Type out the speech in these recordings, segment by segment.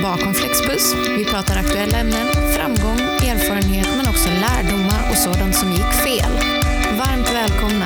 bakom Flexbus. Vi pratar aktuella ämnen, framgång, erfarenhet men också lärdomar och sådant som gick fel. Varmt välkomna!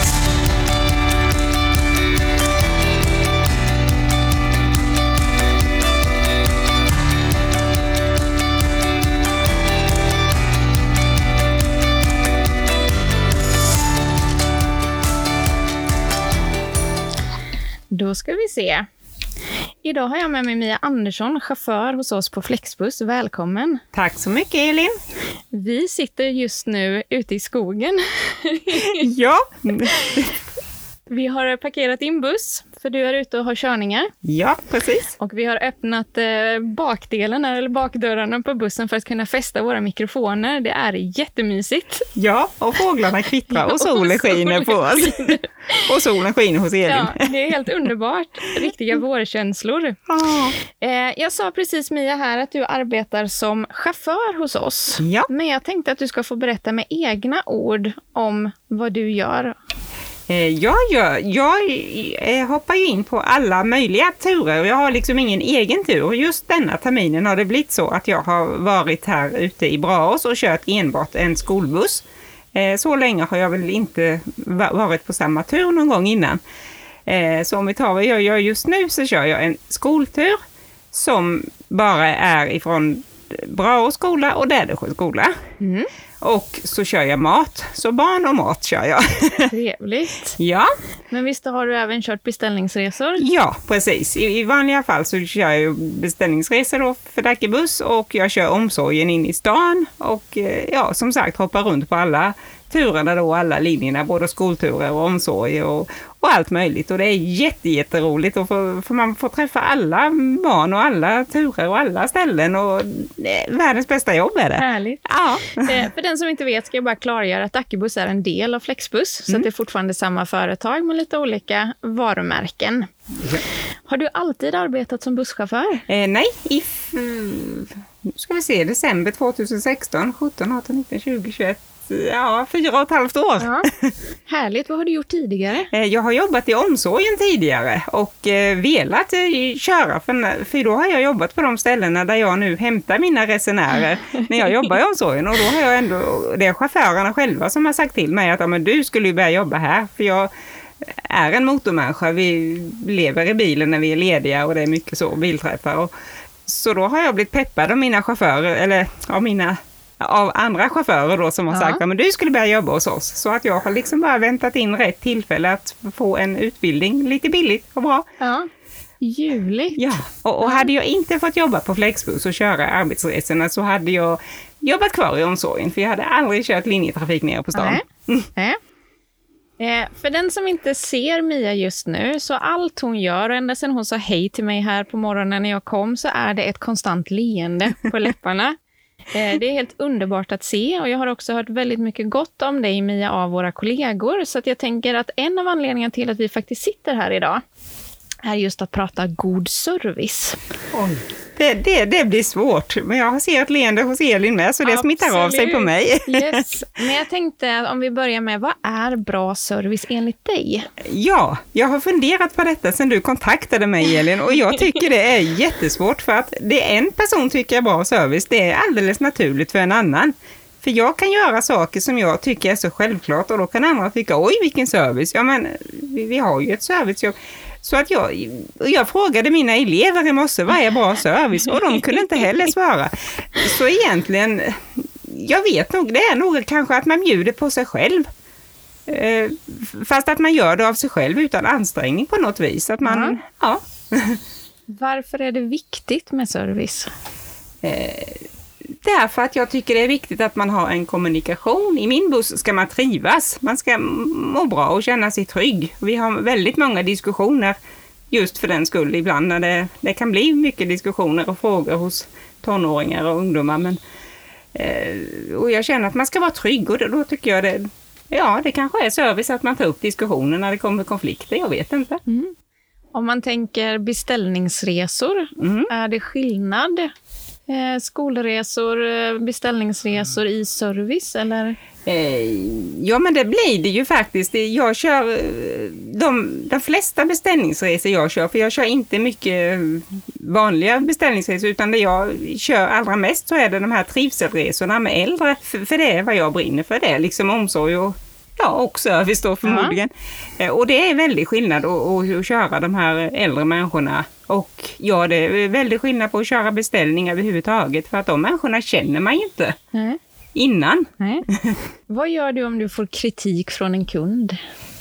Då ska vi se. Idag har jag med mig Mia Andersson, chaufför hos oss på Flexbus. Välkommen. Tack så mycket, Elin. Vi sitter just nu ute i skogen. Ja. Vi har parkerat in buss, för du är ute och har körningar. Ja, precis. Och vi har öppnat bakdelen eller bakdörrarna på bussen för att kunna fästa våra mikrofoner. Det är jättemysigt. Ja, och fåglarna kvittrar och solen skiner på oss. Och solen skiner hos Elin. Ja, det är helt underbart. Riktiga vårkänslor. Oh. Jag sa precis, Mia, här att du arbetar som chaufför hos oss. Ja. Men jag tänkte att du ska få berätta med egna ord om vad du gör. Jag hoppar ju in på alla möjliga turer. Jag har liksom ingen egen tur. Just denna terminen har det blivit så att jag har varit här ute i Braås och kört enbart en skolbuss. Så länge har jag väl inte varit på samma tur någon gång innan. Så om vi tar vad jag gör just nu, så kör jag en skoltur som bara är ifrån Braås skola och Dädersjö skola. Mm. Och så kör jag mat. Så barn och mat kör jag. Trevligt. Ja. Men visst har du även kört beställningsresor? Ja, precis. I vanliga fall så kör jag beställningsresor då för Dackebuss, och jag kör omsorgen in i stan. Och ja, som sagt, hoppar runt på alla turerna då, alla linjerna, både skolturer och omsorg och allt möjligt. Och det är jätteroligt, och för man får träffa alla barn och alla turer och alla ställen, och världens bästa jobb är det. Härligt. Ja. För den som inte vet ska jag bara klargöra att Dackebuss är en del av Flexbus, så att det är fortfarande samma företag med lite olika varumärken. Ja. Har du alltid arbetat som busschaufför? Nej, nu ska vi se, december 2016, 17, 18, 19, 20, 21. Ja, 4,5 år. Ja. Härligt. Vad har du gjort tidigare? Jag har jobbat i omsorgen tidigare och velat köra, för då har jag jobbat på de ställena där jag nu hämtar mina resenärer när jag jobbar i omsorgen. Och då har jag ändå, det är chaufförerna själva som har sagt till mig att men du skulle ju börja jobba här, för jag är en motormänniska. Vi lever i bilen när vi är lediga och det är mycket så, bilträffar. Och så då har jag blivit peppad av mina chaufförer, eller av andra chaufförer då, som har sagt att du skulle börja jobba hos oss. Så att jag har liksom bara väntat in rätt tillfälle att få en utbildning lite billigt och bra. Ja, ljuvligt. Ja, och hade jag inte fått jobba på Flexbus och köra arbetsresorna, så hade jag jobbat kvar i omsorgen, för jag hade aldrig kört linjetrafik ner på stan. Nej. För den som inte ser Mia just nu, så allt hon gör, och ända sedan hon sa hej till mig här på morgonen när jag kom, så är det ett konstant leende på läpparna. Det är helt underbart att se, och jag har också hört väldigt mycket gott om dig, Mia, av våra kollegor. Så att jag tänker att en av anledningarna till att vi faktiskt sitter här idag är just att prata god service. Oj. Det blir svårt, men jag ser ett leende hos Elin med, så det smittar av sig på mig. Yes. Men jag tänkte, om vi börjar med, vad är bra service enligt dig? Ja, jag har funderat på detta sedan du kontaktade mig, Elin, och jag tycker det är jättesvårt, för att det en person tycker är bra service, det är alldeles naturligt för en annan. För jag kan göra saker som jag tycker är så självklart, och då kan andra tycka, oj vilken service. Ja, men vi har ju ett servicejobb. Så att jag frågade mina elever i morse, vad är bra service? Och de kunde inte heller svara. Så egentligen, jag vet nog, det är nog kanske att man bjuder på sig själv. Fast att man gör det av sig själv utan ansträngning på något vis. Att man, ja. Varför är det viktigt med service? Därför att jag tycker det är viktigt att man har en kommunikation. I min buss ska man trivas. Man ska må bra och känna sig trygg. Vi har väldigt många diskussioner just för den skull ibland, när det kan bli mycket diskussioner och frågor hos tonåringar och ungdomar. Men, och jag känner att man ska vara trygg, och då tycker jag det kanske är service att man tar upp diskussioner när det kommer konflikter, jag vet inte. Mm. Om man tänker beställningsresor, är det skillnad? Skolresor, beställningsresor i service, eller? Ja, men det blir det ju faktiskt. Jag kör de flesta beställningsresor jag kör, för jag kör inte mycket vanliga beställningsresor, utan det jag kör allra mest så är det de här trivselresorna med äldre, för det är vad jag brinner för, det är liksom omsorg och service då förmodligen. Och det är väldigt skillnad att köra de här äldre människorna. Och ja, det är väldigt skillnad på att köra beställningar överhuvudtaget, för att de människorna känner man ju inte innan. Nej. Vad gör du om du får kritik från en kund?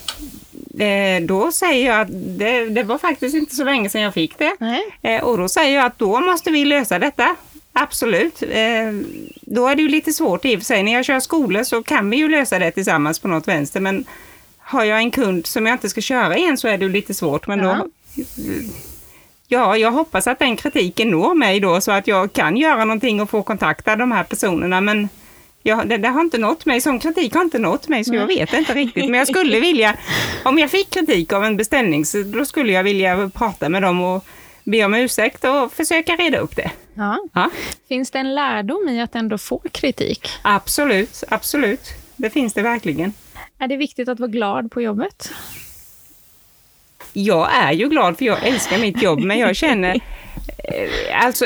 Då säger jag att det var faktiskt inte så länge sedan jag fick det. Och då säger jag att då måste vi lösa detta. Absolut. Då är det ju lite svårt i och för sig. När jag kör skolor så kan vi ju lösa det tillsammans på något vänster. Men har jag en kund som jag inte ska köra igen så är det ju lite svårt. Men då... Ja, jag hoppas att den kritiken når mig då så att jag kan göra någonting och få kontakta de här personerna. Men det har inte nått mig. Som kritik har inte nått mig, så jag vet inte riktigt. Men jag skulle vilja, om jag fick kritik av en beställning, så då skulle jag vilja prata med dem och be om ursäkt och försöka reda upp det. Ja. Finns det en lärdom i att ändå få kritik? Absolut, absolut. Det finns det verkligen. Är det viktigt att vara glad på jobbet? Jag är ju glad för jag älskar mitt jobb, men jag känner alltså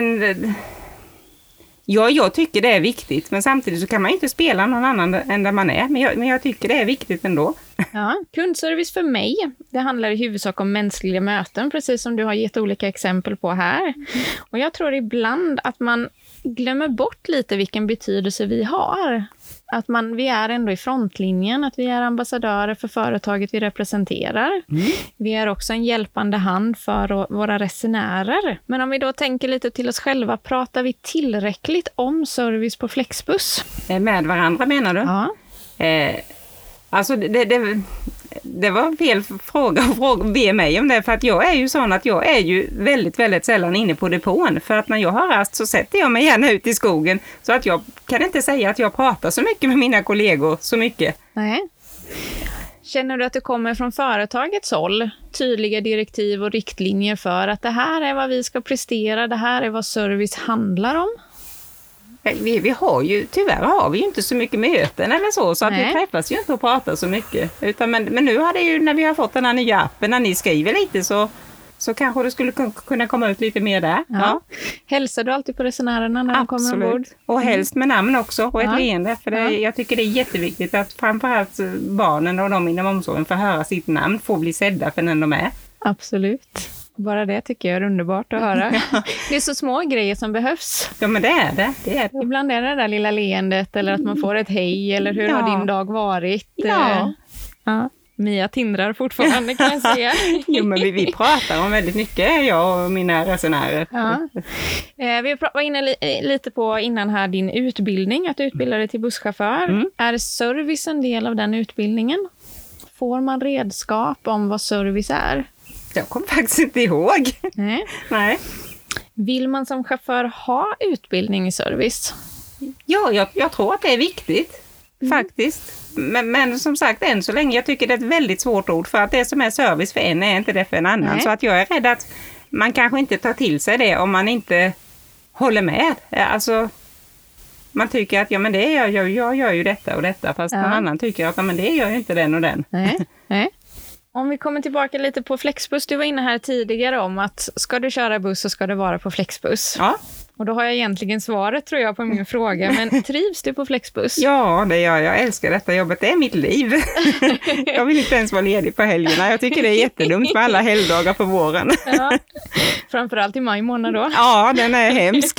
jag tycker det är viktigt, men samtidigt så kan man inte spela någon annan än där man är, men jag tycker det är viktigt ändå. Ja, kundservice för mig, det handlar i huvudsak om mänskliga möten, precis som du har gett olika exempel på här. Och jag tror ibland att man glömmer bort lite vilken betydelse vi har. Att vi är ändå i frontlinjen, att vi är ambassadörer för företaget vi representerar. Vi är också en hjälpande hand för våra resenärer. Men om vi då tänker lite till oss själva, pratar vi tillräckligt om service på Flexbus? Med varandra menar du? Ja. Alltså det var fel fråga att be mig om det, för att jag är ju sån att jag är ju väldigt, väldigt sällan inne på depån, för att när jag har rast så sätter jag mig gärna ut i skogen, så att jag kan inte säga att jag pratar så mycket med mina kollegor så mycket. Nej. Känner du att det kommer från företagets håll tydliga direktiv och riktlinjer för att det här är vad vi ska prestera, det här är vad service handlar om? Vi har ju, tyvärr har vi ju inte så mycket möten eller så att vi träffas ju inte och pratar så mycket. Men nu har det ju, när vi har fått den här nya appen, när ni skriver lite så kanske det skulle kunna komma ut lite mer där. Ja. Hälsar du alltid på resenärerna när de kommer ombord? Och helst med namn också och ett leende. För jag tycker det är jätteviktigt att framförallt barnen och de inom omsorgen får höra sitt namn, får bli sedda för den de är. Absolut. Bara det tycker jag är underbart att höra. Det är så små grejer som behövs. Ja, men det är det. Ibland är det där lilla leendet eller att man får ett hej eller hur har din dag varit? Ja. Mia tindrar fortfarande, kan jag säga. Jo, men vi pratar om väldigt mycket, jag och mina resenärer. Ja. Vi var inne lite på innan här din utbildning, att du utbildar dig till busschaufför. Är service en del av den utbildningen? Får man redskap om vad service är? Jag kommer faktiskt inte ihåg. Nej. Vill man som chaufför ha utbildning i service? Ja, jag tror att det är viktigt. Faktiskt. Men som sagt, än så länge, jag tycker det är ett väldigt svårt ord, för att det som är service för en är inte det för en annan. Nej. Så att jag är rädd att man kanske inte tar till sig det om man inte håller med. Alltså, man tycker att men det jag gör ju detta och detta, fast någon annan tycker att men det gör ju inte den och den. Nej. Om vi kommer tillbaka lite på Flexbus, du var inne här tidigare om att ska du köra buss så ska du vara på Flexbus. Ja. Och då har jag egentligen svaret, tror jag, på min fråga. Men trivs du på Flexbus? Ja, det gör jag. Jag älskar detta jobbet. Det är mitt liv. Jag vill inte ens vara ledig på helgerna. Jag tycker det är jättedumt med alla helgdagar på våren. Ja. Framförallt i maj månad då. Ja, den är hemsk.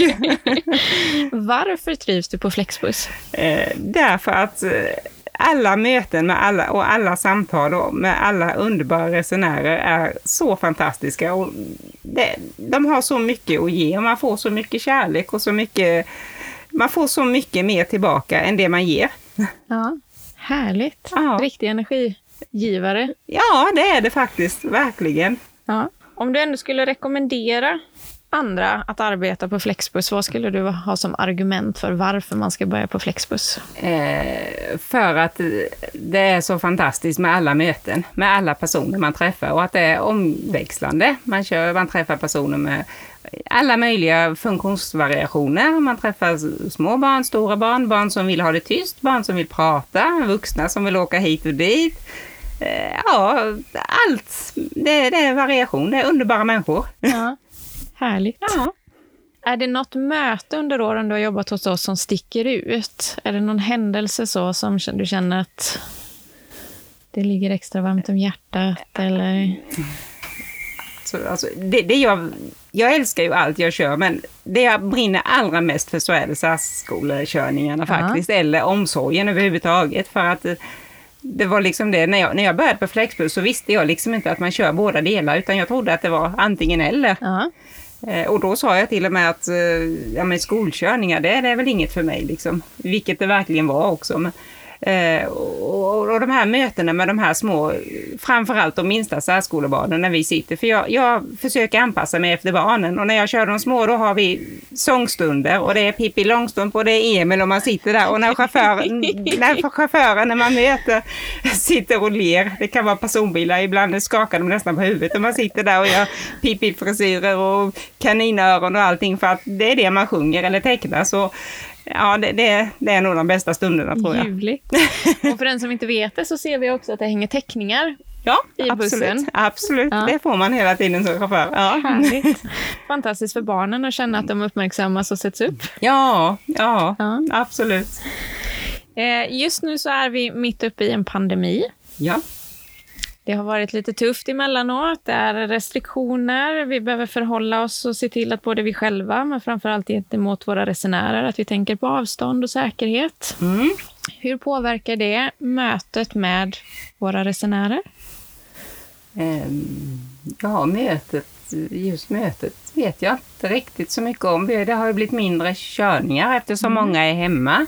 Varför trivs du på Flexbus? Därför att alla möten med alla samtal med alla underbara resenärer är så fantastiska. Och de har så mycket att ge, och man får så mycket kärlek och man får så mycket mer tillbaka än det man ger. Ja, härligt. Ja. Riktig energigivare. Ja, det är det faktiskt, verkligen. Ja. Om du ändå skulle rekommendera andra att arbeta på Flexbus? Vad skulle du ha som argument för varför man ska börja på Flexbus? För att det är så fantastiskt med alla möten, med alla personer man träffar och att det är omväxlande. Man träffar personer med alla möjliga funktionsvariationer. Man träffar små barn, stora barn, barn som vill ha det tyst, barn som vill prata, vuxna som vill åka hit och dit. Ja, allt. Det är variation, det är underbara människor. Ja, härligt. Ja. Är det något möte under åren du har jobbat hos oss som sticker ut? Är det någon händelse så som du känner att det ligger extra varmt om hjärtat? Eller? Alltså, jag älskar ju allt jag kör, men det jag brinner allra mest för så är det särskolekörningarna faktiskt, eller omsorgen överhuvudtaget, för att det var liksom det, när jag började på Flexbus så visste jag liksom inte att man kör båda delar, utan jag trodde att det var antingen eller. Och då sa jag till och med att skolkörningar, det är väl inget för mig liksom, vilket det verkligen var också. Men, och de här mötena med de här små, framförallt de minsta särskolebarnen när vi sitter, för jag försöker anpassa mig efter barnen, och när jag kör de små då har vi sångstunder och det är Pippi Långstrump och det är Emil och man sitter där, och när chauffören när man möter sitter och ler, det kan vara personbilar, ibland skakar de nästan på huvudet och man sitter där och gör Pippi-frisyrer och kaninöron och allting, för att det är det man sjunger eller tecknar, så ja, det är nog de bästa stunderna, tror jag. Ljuvligt. Och för den som inte vet det så ser vi också att det hänger teckningar i bussen. Absolut. Ja. Det får man hela tiden som chaufför. Ja. Härligt. Fantastiskt för barnen att känna att de uppmärksammas och sätts upp. Ja, absolut. Just nu så är vi mitt uppe i en pandemi. Ja. Det har varit lite tufft emellanåt. Det är restriktioner. Vi behöver förhålla oss och se till att både vi själva, men framförallt gentemot våra resenärer, att vi tänker på avstånd och säkerhet. Mm. Hur påverkar det mötet med våra resenärer? Just mötet vet jag inte riktigt så mycket om. Det har ju blivit mindre körningar eftersom många är hemma.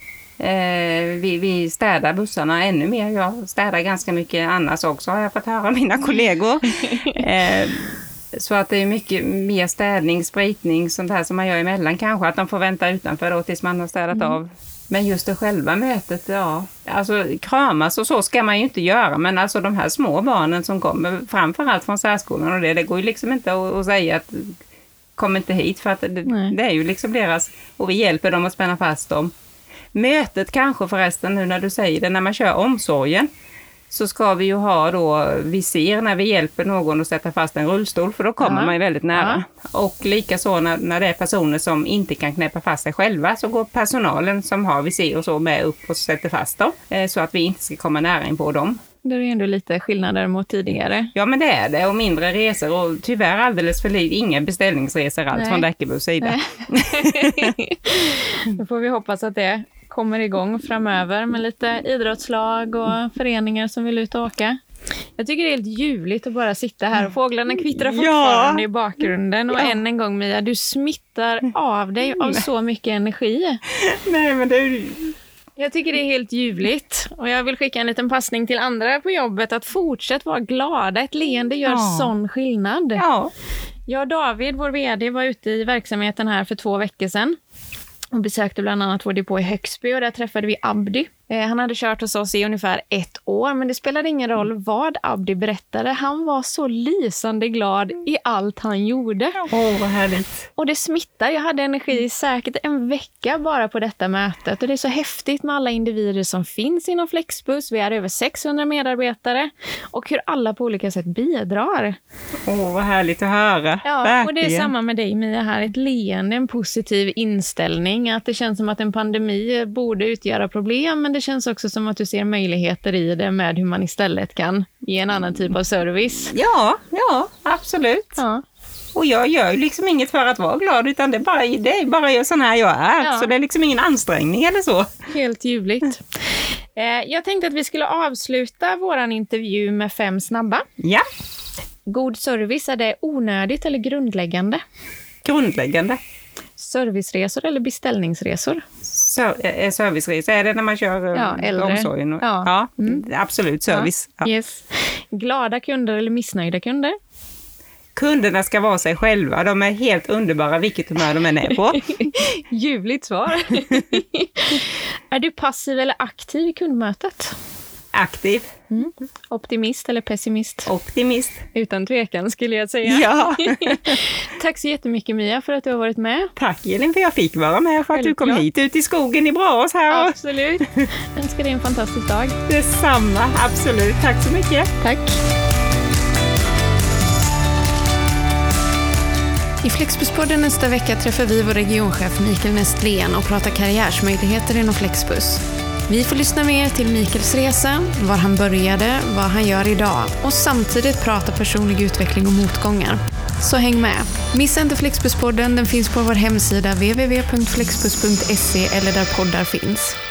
Vi städar bussarna ännu mer. Jag städar ganska mycket annars också, har jag fått höra mina kollegor. Så att det är mycket mer städning, spritning, sånt här som man gör emellan kanske. Att de får vänta utanför då tills man har städat av. Men just det själva mötet, alltså kramas och så ska man ju inte göra. Men alltså de här små barnen som kommer framförallt från särskolan och det går ju liksom inte att säga att kom inte hit, för att det är ju liksom deras, och vi hjälper dem att spänna fast dem. Mötet kanske förresten, nu när du säger det, när man kör omsorgen så ska vi ju ha då visir när vi hjälper någon att sätta fast en rullstol, för då kommer man ju väldigt nära. Och likaså när det är personer som inte kan knäppa fast sig själva, så går personalen som har visir och så med upp och sätter fast dem, så att vi inte ska komma nära in på dem. Det är ändå lite skillnader mot tidigare. Ja, men det är det. Och mindre resor och tyvärr alldeles för lite, inga beställningsresor alls från Läckebos sida. Då får vi hoppas att det kommer igång framöver med lite idrottslag och föreningar som vill ut och åka. Jag tycker det är helt ljuvligt att bara sitta här och fåglarna kvittrar fortfarande i bakgrunden. Och än en gång, Mia, du smittar av dig av så mycket energi. Nej, men det Jag tycker det är helt ljuvligt. Och jag vill skicka en liten passning till andra på jobbet att fortsätta vara glada. Ett leende gör sån skillnad. Ja. Jag och David, vår vd, var ute i verksamheten här för 2 veckor sedan. Och besökte bland annat vår depå i Högsby, och där träffade vi Abdi. Han hade kört hos oss i ungefär 1 år, men det spelade ingen roll vad Abdi berättade. Han var så lysande glad i allt han gjorde. Vad härligt. Och det smittar. Jag hade energi säkert en vecka bara på detta mötet. Och det är så häftigt med alla individer som finns inom Flexbus. Vi är över 600 medarbetare. Och hur alla på olika sätt bidrar. Vad härligt att höra. Ja, verkligen. Och det är samma med dig, Mia, här. Ett leende, en positiv inställning. Att det känns som att en pandemi borde utgöra problem, men det känns också som att du ser möjligheter i det med hur man istället kan ge en annan typ av service. Ja, absolut. Ja. Och jag gör ju liksom inget för att vara glad, utan det är bara sån här jag är. Ja. Så det är liksom ingen ansträngning eller så. Helt ljuvligt. Jag tänkte att vi skulle avsluta våran intervju med 5 snabba. Ja. God service, är det onödigt eller grundläggande? Grundläggande. Serviceresor eller beställningsresor? Serviceresor, är det när man kör omsorgen? Ja. Absolut, service. Ja. Yes. Glada kunder eller missnöjda kunder? kunderna ska vara sig själva. De är helt underbara vilket humör de än är på. Ljuvligt svar. Är du passiv eller aktiv i kundmötet? Aktiv. Optimist eller pessimist? Optimist. Utan tvekan skulle jag säga. Ja. Tack så jättemycket Mia för att du har varit med. Tack Elin för jag fick vara med, för att du kom hit ut i skogen i Braås här. Absolut. Jag önskar dig en fantastisk dag. Detsamma, absolut. Tack så mycket. Tack. I Flexbuspodden nästa vecka träffar vi vår regionchef Mikael Nestlén och pratar karriärsmöjligheter inom Flexbus. Vi får lyssna mer till Mikaels resa, var han började, vad han gör idag och samtidigt prata personlig utveckling och motgångar. Så häng med! Missa inte Flexbuspodden, den finns på vår hemsida www.flexbus.se eller där poddar finns.